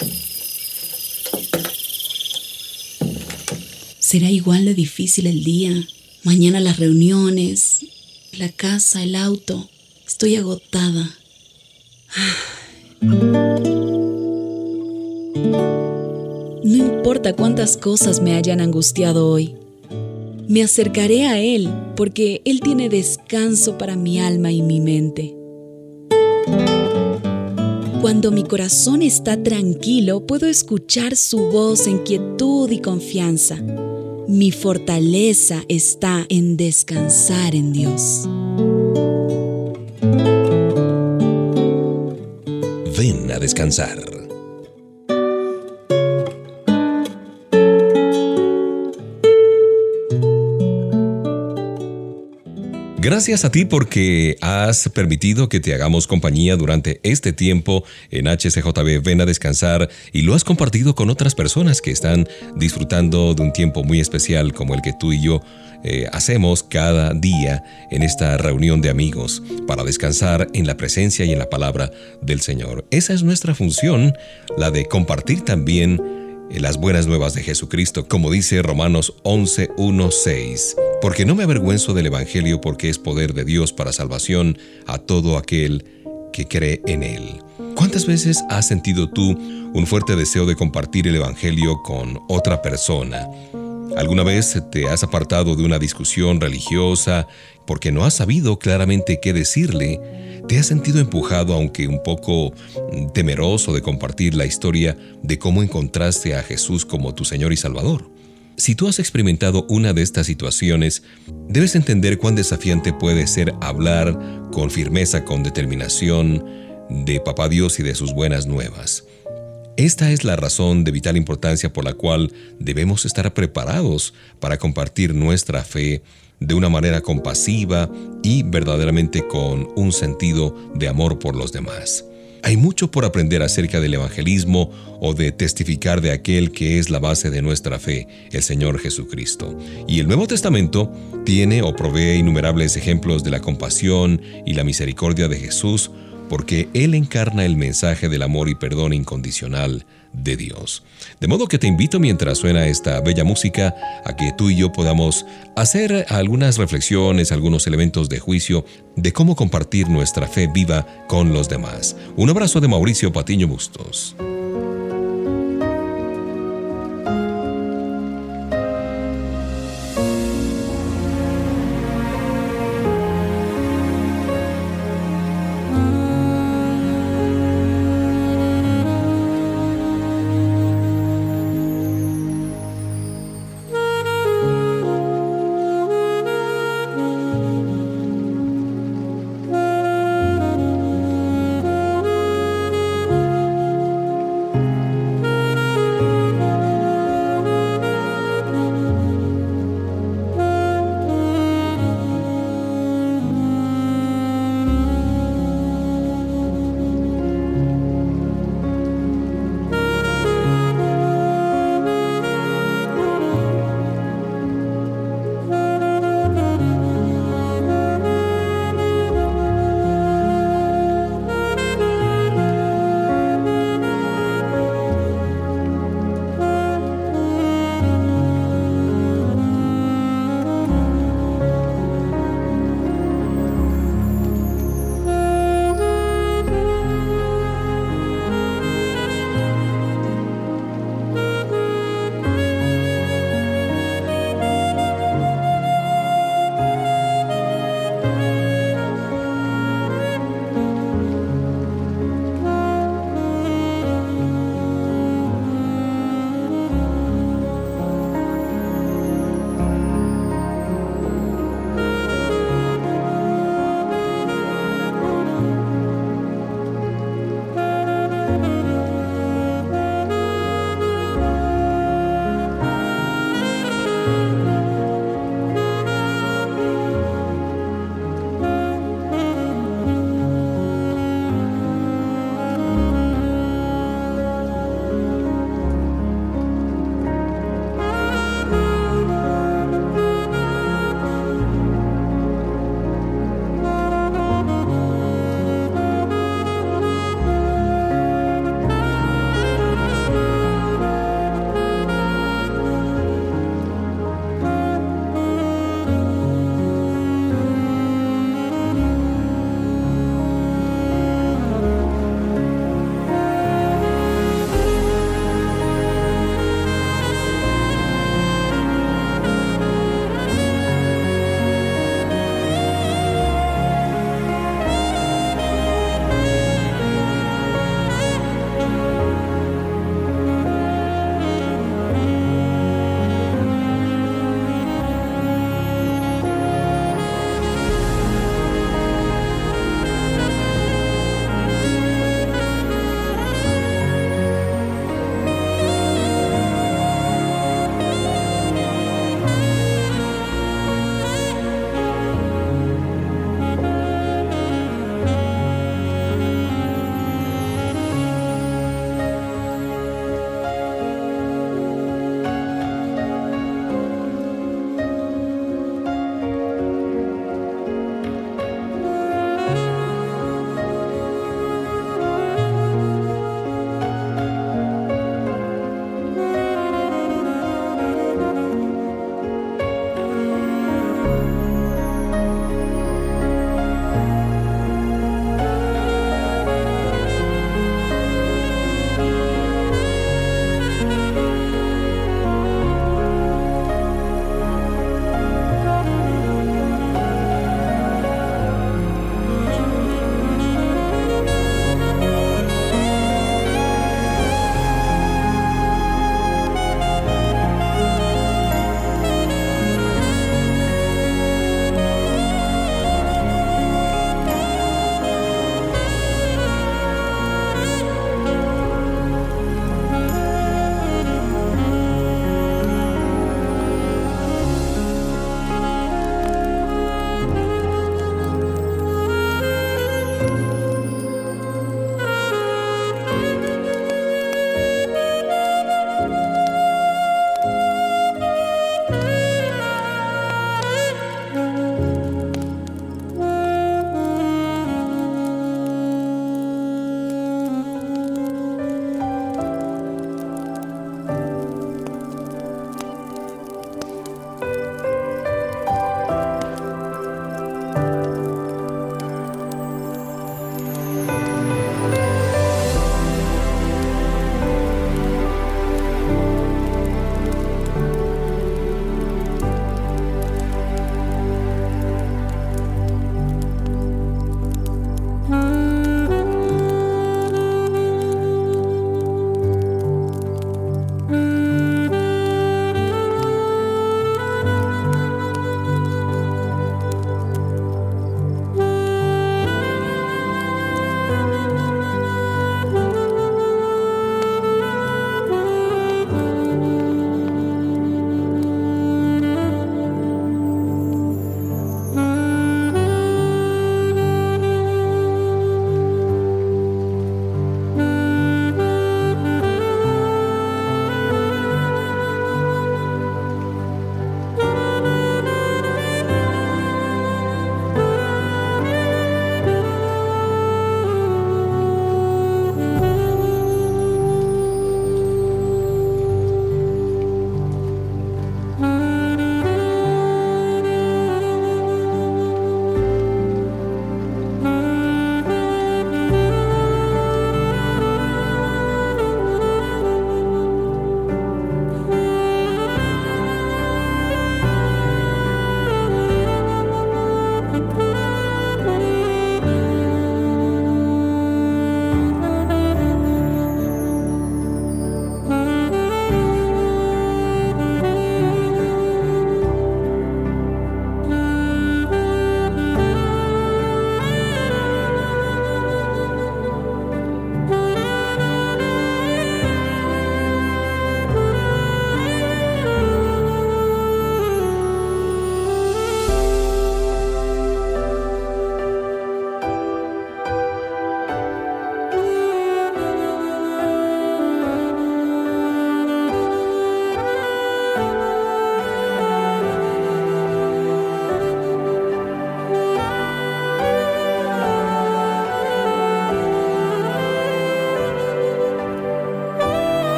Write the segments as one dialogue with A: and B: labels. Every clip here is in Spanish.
A: Será igual de difícil el día. Mañana las reuniones, la casa, el auto. Estoy agotada. No importa cuántas cosas me hayan angustiado hoy. Me acercaré a Él porque Él tiene descanso para mi alma y mi mente. Cuando mi corazón está tranquilo, puedo escuchar su voz en quietud y confianza. Mi fortaleza está en descansar en Dios.
B: Ven a descansar. Gracias a ti porque has permitido que te hagamos compañía durante este tiempo en HCJB Ven a Descansar y lo has compartido con otras personas que están disfrutando de un tiempo muy especial como el que tú y yo hacemos cada día en esta reunión de amigos para descansar en la presencia y en la palabra del Señor. Esa es nuestra función, la de compartir también las buenas nuevas de Jesucristo, como dice Romanos 11:1-6. Porque no me avergüenzo del Evangelio, porque es poder de Dios para salvación a todo aquel que cree en Él. ¿Cuántas veces has sentido tú un fuerte deseo de compartir el Evangelio con otra persona? ¿Alguna vez te has apartado de una discusión religiosa porque no has sabido claramente qué decirle? ¿Te has sentido empujado, aunque un poco temeroso, de compartir la historia de cómo encontraste a Jesús como tu Señor y Salvador? Si tú has experimentado una de estas situaciones, debes entender cuán desafiante puede ser hablar con firmeza, con determinación de Papá Dios y de sus buenas nuevas. Esta es la razón de vital importancia por la cual debemos estar preparados para compartir nuestra fe de una manera compasiva y verdaderamente con un sentido de amor por los demás. Hay mucho por aprender acerca del evangelismo o de testificar de aquel que es la base de nuestra fe, el Señor Jesucristo. Y el Nuevo Testamento tiene o provee innumerables ejemplos de la compasión y la misericordia de Jesús, porque Él encarna el mensaje del amor y perdón incondicional de Dios. De modo que te invito, mientras suena esta bella música, a que tú y yo podamos hacer algunas reflexiones, algunos elementos de juicio de cómo compartir nuestra fe viva con los demás. Un abrazo de Mauricio Patiño Bustos.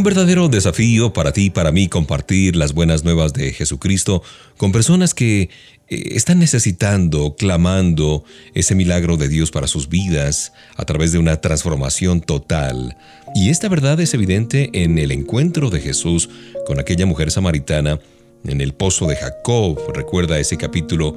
B: Un verdadero desafío para ti y para mí compartir las buenas nuevas de Jesucristo con personas que están necesitando, clamando ese milagro de Dios para sus vidas a través de una transformación total. Y esta verdad es evidente en el encuentro de Jesús con aquella mujer samaritana en el pozo de Jacob. Recuerda ese capítulo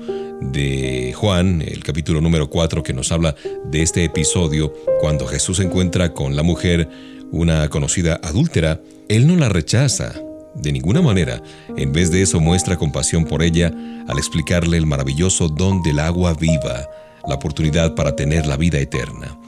B: de Juan, el capítulo número 4, que nos habla de este episodio cuando Jesús se encuentra con la mujer, una conocida adúltera. Él no la rechaza de ninguna manera. En vez de eso muestra compasión por ella al explicarle el maravilloso don del agua viva, la oportunidad para tener la vida eterna.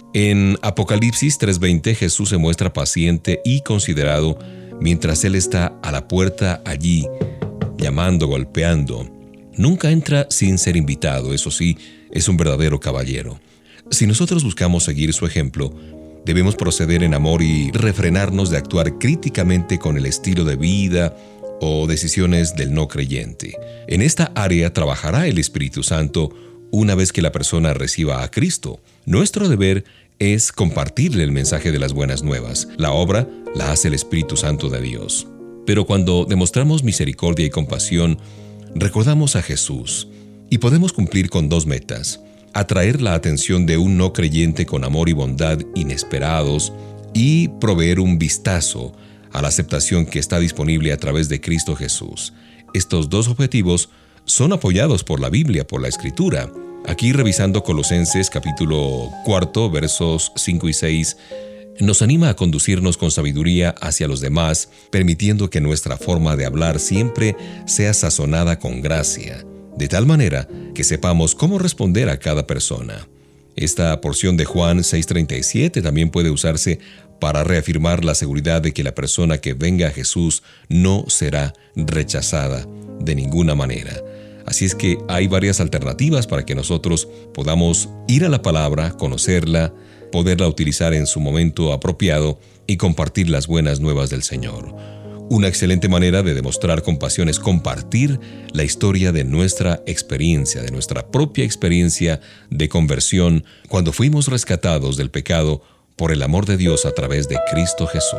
B: En Apocalipsis 3:20 Jesús se muestra paciente y considerado mientras Él está a la puerta allí, llamando, golpeando. Nunca entra sin ser invitado, eso sí, es un verdadero caballero. Si nosotros buscamos seguir su ejemplo, debemos proceder en amor y refrenarnos de actuar críticamente con el estilo de vida o decisiones del no creyente. En esta área trabajará el Espíritu Santo una vez que la persona reciba a Cristo. Nuestro deber es compartirle el mensaje de las buenas nuevas. La obra la hace el Espíritu Santo de Dios. Pero cuando demostramos misericordia y compasión, recordamos a Jesús y podemos cumplir con dos metas: atraer la atención de un no creyente con amor y bondad inesperados y proveer un vistazo a la aceptación que está disponible a través de Cristo Jesús. Estos dos objetivos son apoyados por la Biblia, por la Escritura. Aquí, revisando Colosenses capítulo 4, versos 5 y 6, nos anima a conducirnos con sabiduría hacia los demás, permitiendo que nuestra forma de hablar siempre sea sazonada con gracia, de tal manera que sepamos cómo responder a cada persona. Esta porción de Juan 6:37 también puede usarse para reafirmar la seguridad de que la persona que venga a Jesús no será rechazada de ninguna manera. Así es que hay varias alternativas para que nosotros podamos ir a la palabra, conocerla, poderla utilizar en su momento apropiado y compartir las buenas nuevas del Señor. Una excelente manera de demostrar compasión es compartir la historia de nuestra experiencia, de nuestra propia experiencia de conversión cuando fuimos rescatados del pecado por el amor de Dios a través de Cristo Jesús.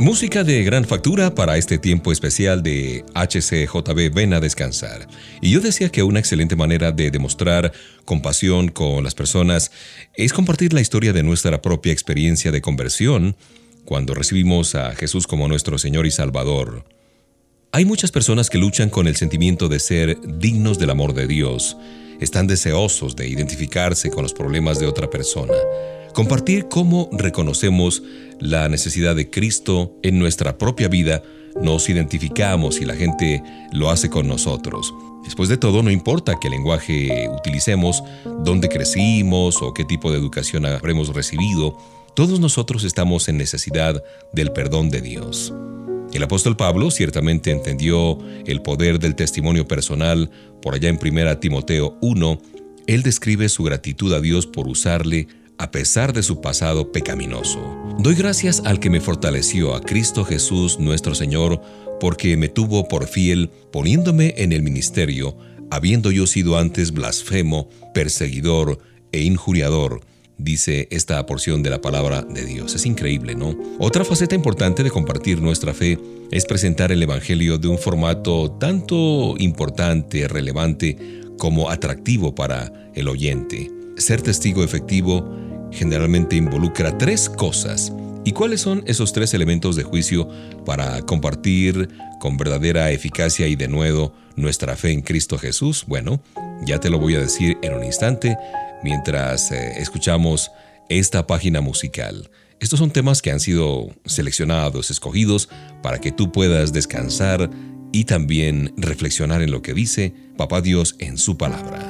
B: Música de gran factura para este tiempo especial de HCJB Ven a Descansar. Y yo decía que una excelente manera de demostrar compasión con las personas es compartir la historia de nuestra propia experiencia de conversión cuando recibimos a Jesús como nuestro Señor y Salvador. Hay muchas personas que luchan con el sentimiento de ser dignos del amor de Dios. Están deseosos de identificarse con los problemas de otra persona. Compartir cómo reconocemos la necesidad de Cristo en nuestra propia vida, nos identificamos y la gente lo hace con nosotros. Después de todo, no importa qué lenguaje utilicemos, dónde crecimos o qué tipo de educación habremos recibido, todos nosotros estamos en necesidad del perdón de Dios. El apóstol Pablo ciertamente entendió el poder del testimonio personal. Por allá en 1 Timoteo 1, él describe su gratitud a Dios por usarle a pesar de su pasado pecaminoso. Doy gracias al que me fortaleció, a Cristo Jesús nuestro Señor, porque me tuvo por fiel, poniéndome en el ministerio, habiendo yo sido antes blasfemo, perseguidor e injuriador. Dice esta porción de la palabra de Dios. Es increíble, ¿no? Otra faceta importante de compartir nuestra fe es presentar el Evangelio de un formato tanto importante, relevante, como atractivo para el oyente. Ser testigo efectivo generalmente involucra 3 cosas. ¿Y cuáles son esos 3 elementos de juicio para compartir con verdadera eficacia y denuedo nuestra fe en Cristo Jesús? Bueno, ya te lo voy a decir en un instante mientras escuchamos esta página musical. Estos son temas que han sido seleccionados, escogidos para que tú puedas descansar y también reflexionar en lo que dice Papá Dios en su palabra.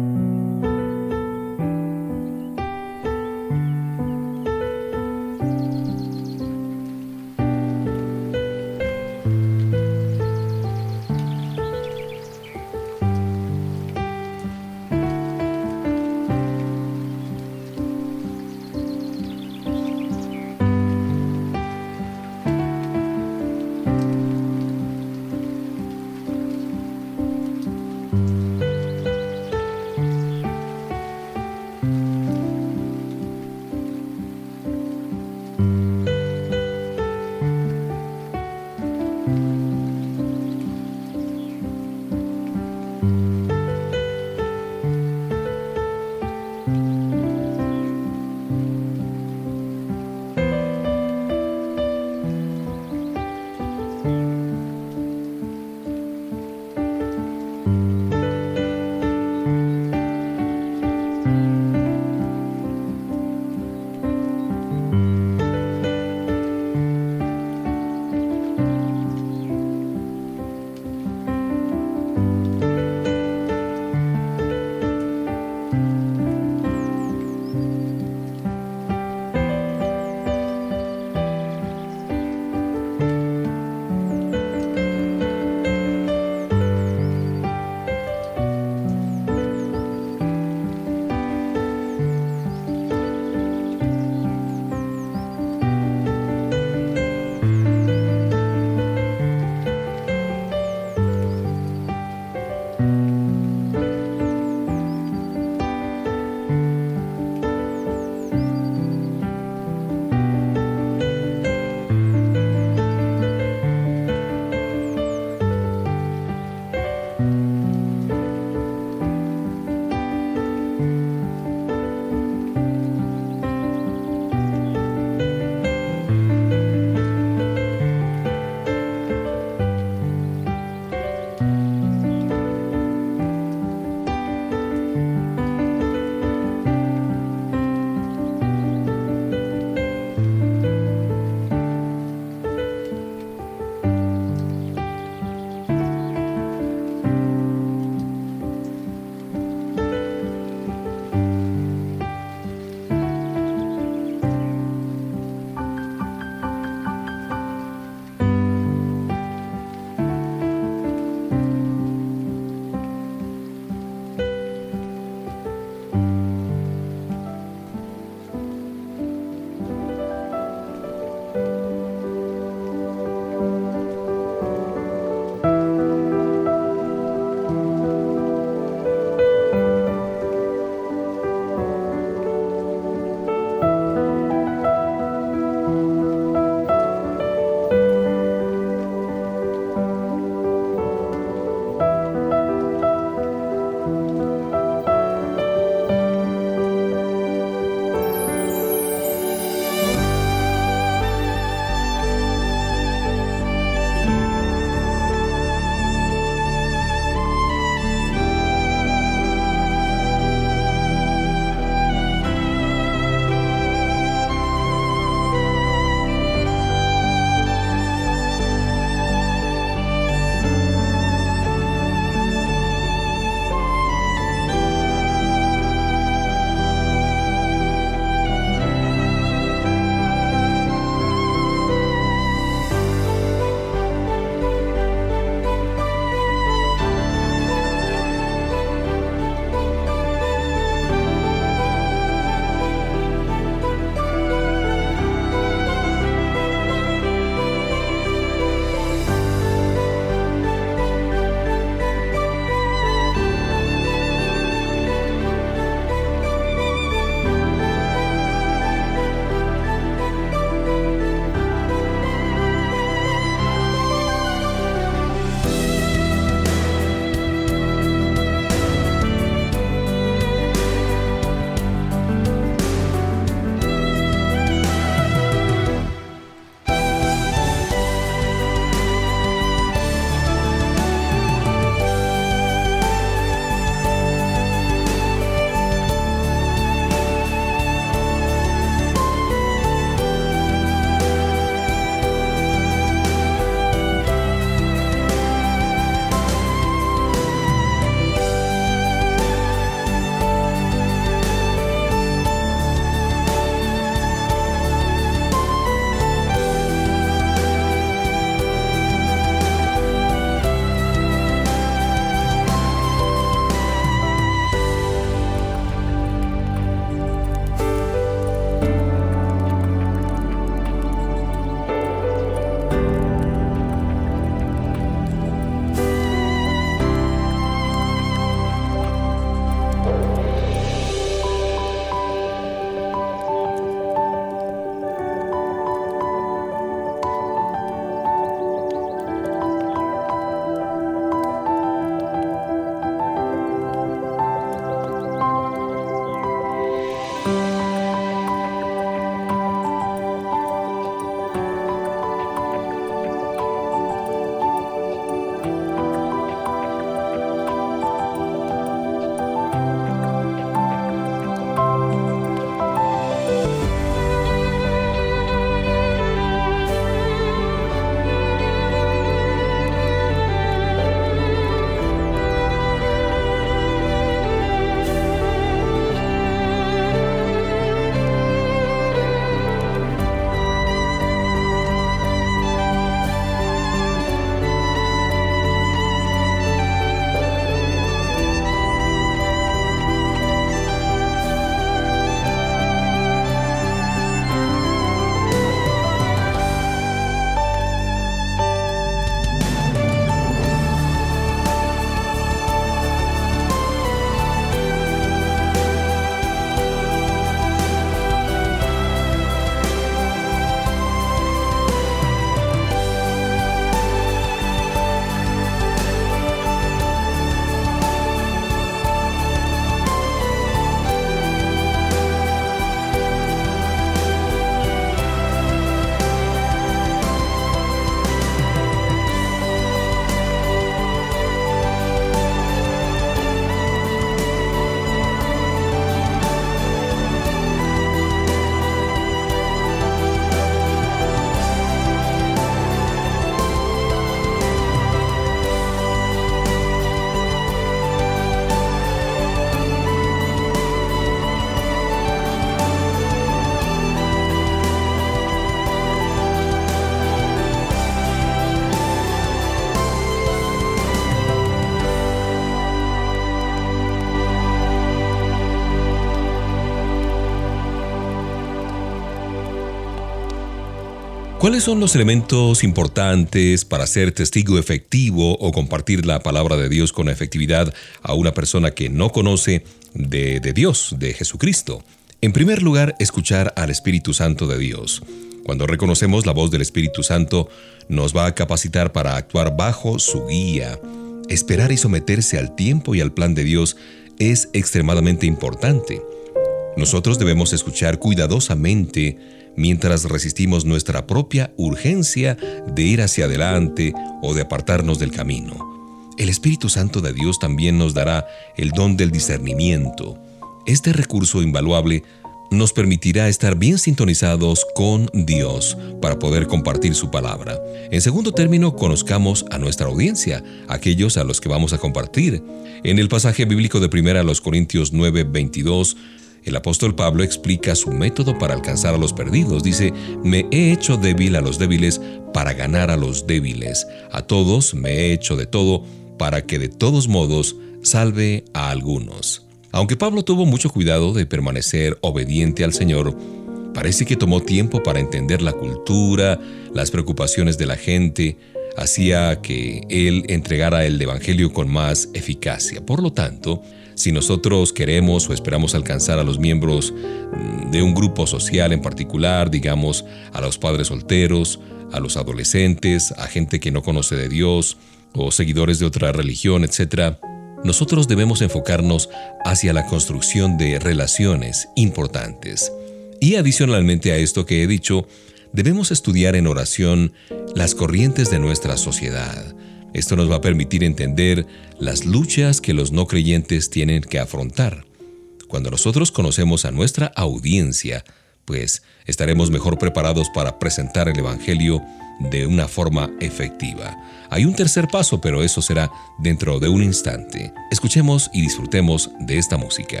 B: ¿Cuáles son los elementos importantes para ser testigo efectivo o compartir la palabra de Dios con efectividad a una persona que no conoce de Dios, de Jesucristo? En primer lugar, escuchar al Espíritu Santo de Dios. Cuando reconocemos la voz del Espíritu Santo, nos va a capacitar para actuar bajo su guía. Esperar y someterse al tiempo y al plan de Dios es extremadamente importante. Nosotros debemos escuchar cuidadosamente mientras resistimos nuestra propia urgencia de ir hacia adelante o de apartarnos del camino. El Espíritu Santo de Dios también nos dará el don del discernimiento. Este recurso invaluable nos permitirá estar bien sintonizados con Dios para poder compartir su palabra. En segundo término, conozcamos a nuestra audiencia, aquellos a los que vamos a compartir. En el pasaje bíblico de 1 Corintios 9:22, el apóstol Pablo explica su método para alcanzar a los perdidos. Dice: me he hecho débil a los débiles para ganar a los débiles. A todos me he hecho de todo para que de todos modos salve a algunos. Aunque Pablo tuvo mucho cuidado de permanecer obediente al Señor, parece que tomó tiempo para entender la cultura, las preocupaciones de la gente, hacía que él entregara el Evangelio con más eficacia. Por lo tanto, si nosotros queremos o esperamos alcanzar a los miembros de un grupo social en particular, digamos a los padres solteros, a los adolescentes, a gente que no conoce de Dios o seguidores de otra religión, etc., nosotros debemos enfocarnos hacia la construcción de relaciones importantes. Y adicionalmente a esto que he dicho, debemos estudiar en oración las corrientes de nuestra sociedad. Esto nos va a permitir entender las luchas que los no creyentes tienen que afrontar. Cuando nosotros conocemos a nuestra audiencia, pues estaremos mejor preparados para presentar el Evangelio de una forma efectiva. Hay un tercer paso, pero eso será dentro de un instante. Escuchemos y disfrutemos de esta música.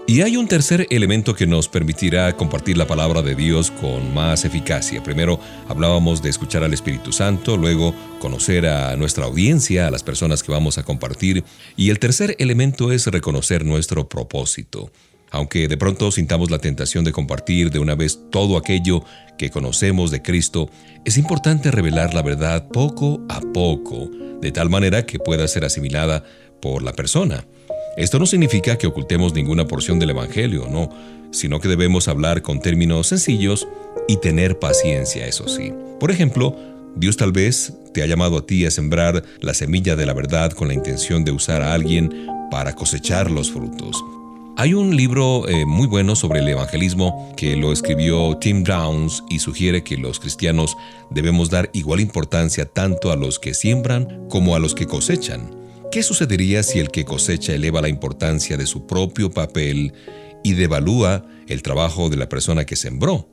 B: Y hay un tercer elemento que nos permitirá compartir la palabra de Dios con más eficacia. Primero hablábamos de escuchar al Espíritu Santo, luego conocer a nuestra audiencia, a las personas que vamos a compartir. Y el tercer elemento es reconocer nuestro propósito. Aunque de pronto sintamos la tentación de compartir de una vez todo aquello que conocemos de Cristo, es importante revelar la verdad poco a poco, de tal manera que pueda ser asimilada por la persona. Esto no significa que ocultemos ninguna porción del Evangelio, no, sino que debemos hablar con términos sencillos y tener paciencia, eso sí. Por ejemplo, Dios tal vez te ha llamado a ti a sembrar la semilla de la verdad con la intención de usar a alguien para cosechar los frutos. Hay un libro muy bueno sobre el evangelismo que lo escribió Tim Downs y sugiere que los cristianos debemos dar igual importancia tanto a los que siembran como a los que cosechan. ¿Qué sucedería si el que cosecha eleva la importancia de su propio papel y devalúa el trabajo de la persona que sembró?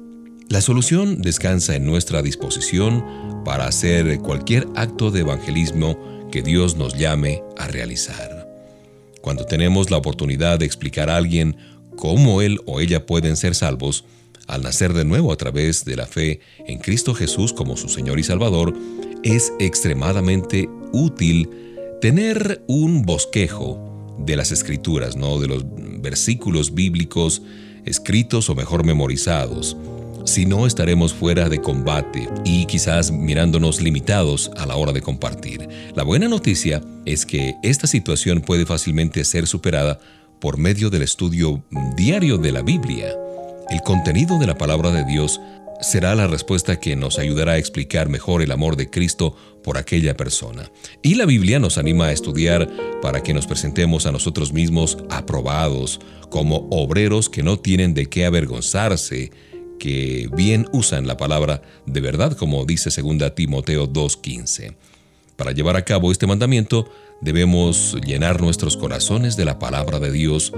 B: La solución descansa en nuestra disposición para hacer cualquier acto de evangelismo que Dios nos llame a realizar. Cuando tenemos la oportunidad de explicar a alguien cómo él o ella pueden ser salvos, al nacer de nuevo a través de la fe en Cristo Jesús como su Señor y Salvador, es extremadamente útil tener un bosquejo de las Escrituras, ¿no? De los versículos bíblicos escritos o mejor memorizados. Si no, estaremos fuera de combate y quizás mirándonos limitados a la hora de compartir. La buena noticia es que esta situación puede fácilmente ser superada por medio del estudio diario de la Biblia. El contenido de la palabra de Dios será la respuesta que nos ayudará a explicar mejor el amor de Cristo por aquella persona. Y la Biblia nos anima a estudiar para que nos presentemos a nosotros mismos aprobados, como obreros que no tienen de qué avergonzarse, que bien usan la palabra de verdad, como dice 2 Timoteo 2:15. Para llevar a cabo este mandamiento, debemos llenar nuestros corazones de la palabra de Dios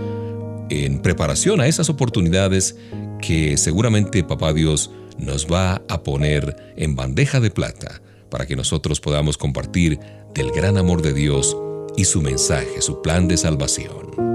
B: en preparación a esas oportunidades que seguramente Papá Dios nos va a poner en bandeja de plata para que nosotros podamos compartir del gran amor de Dios y su mensaje, su plan de salvación.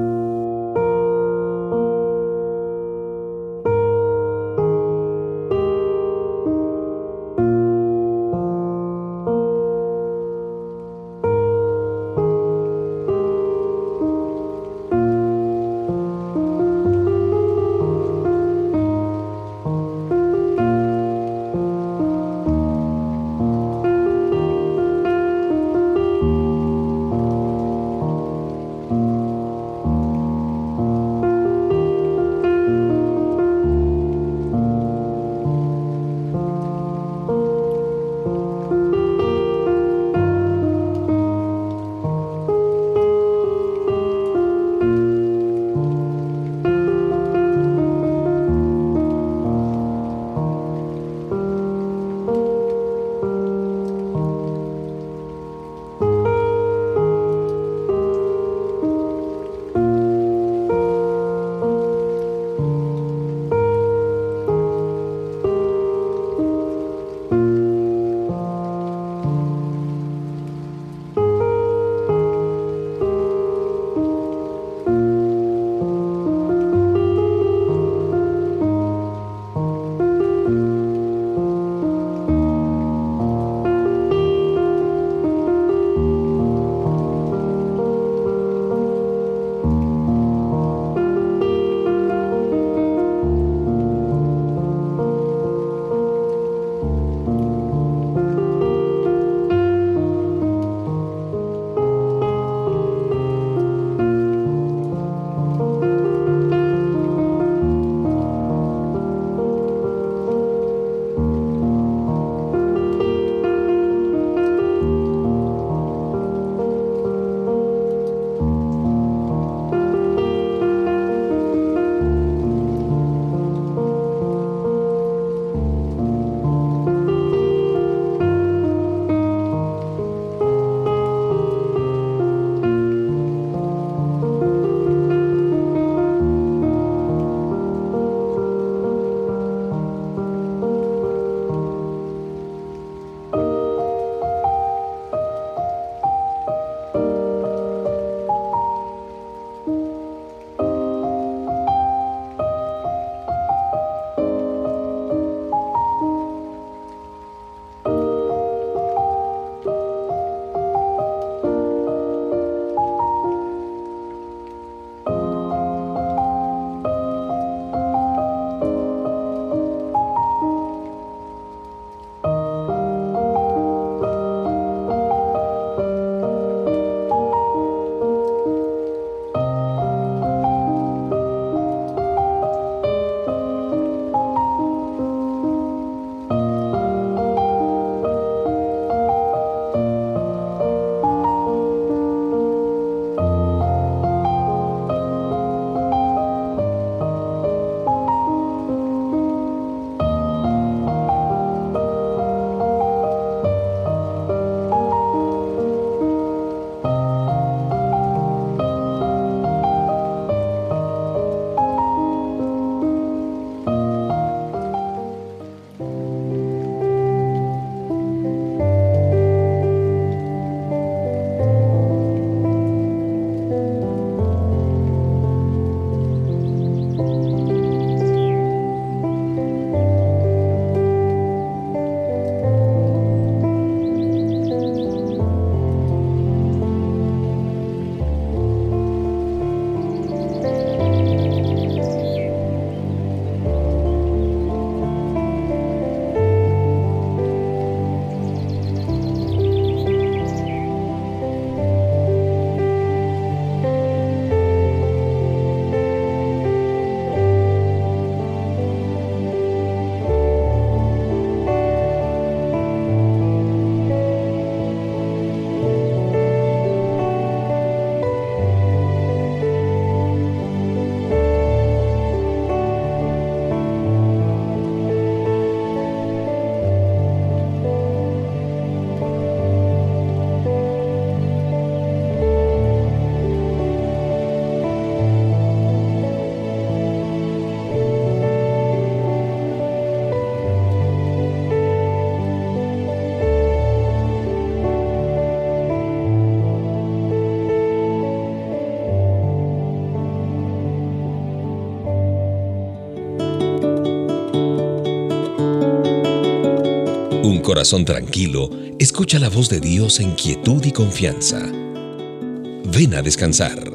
B: Un corazón tranquilo escucha la voz de Dios en quietud y confianza. Ven a descansar.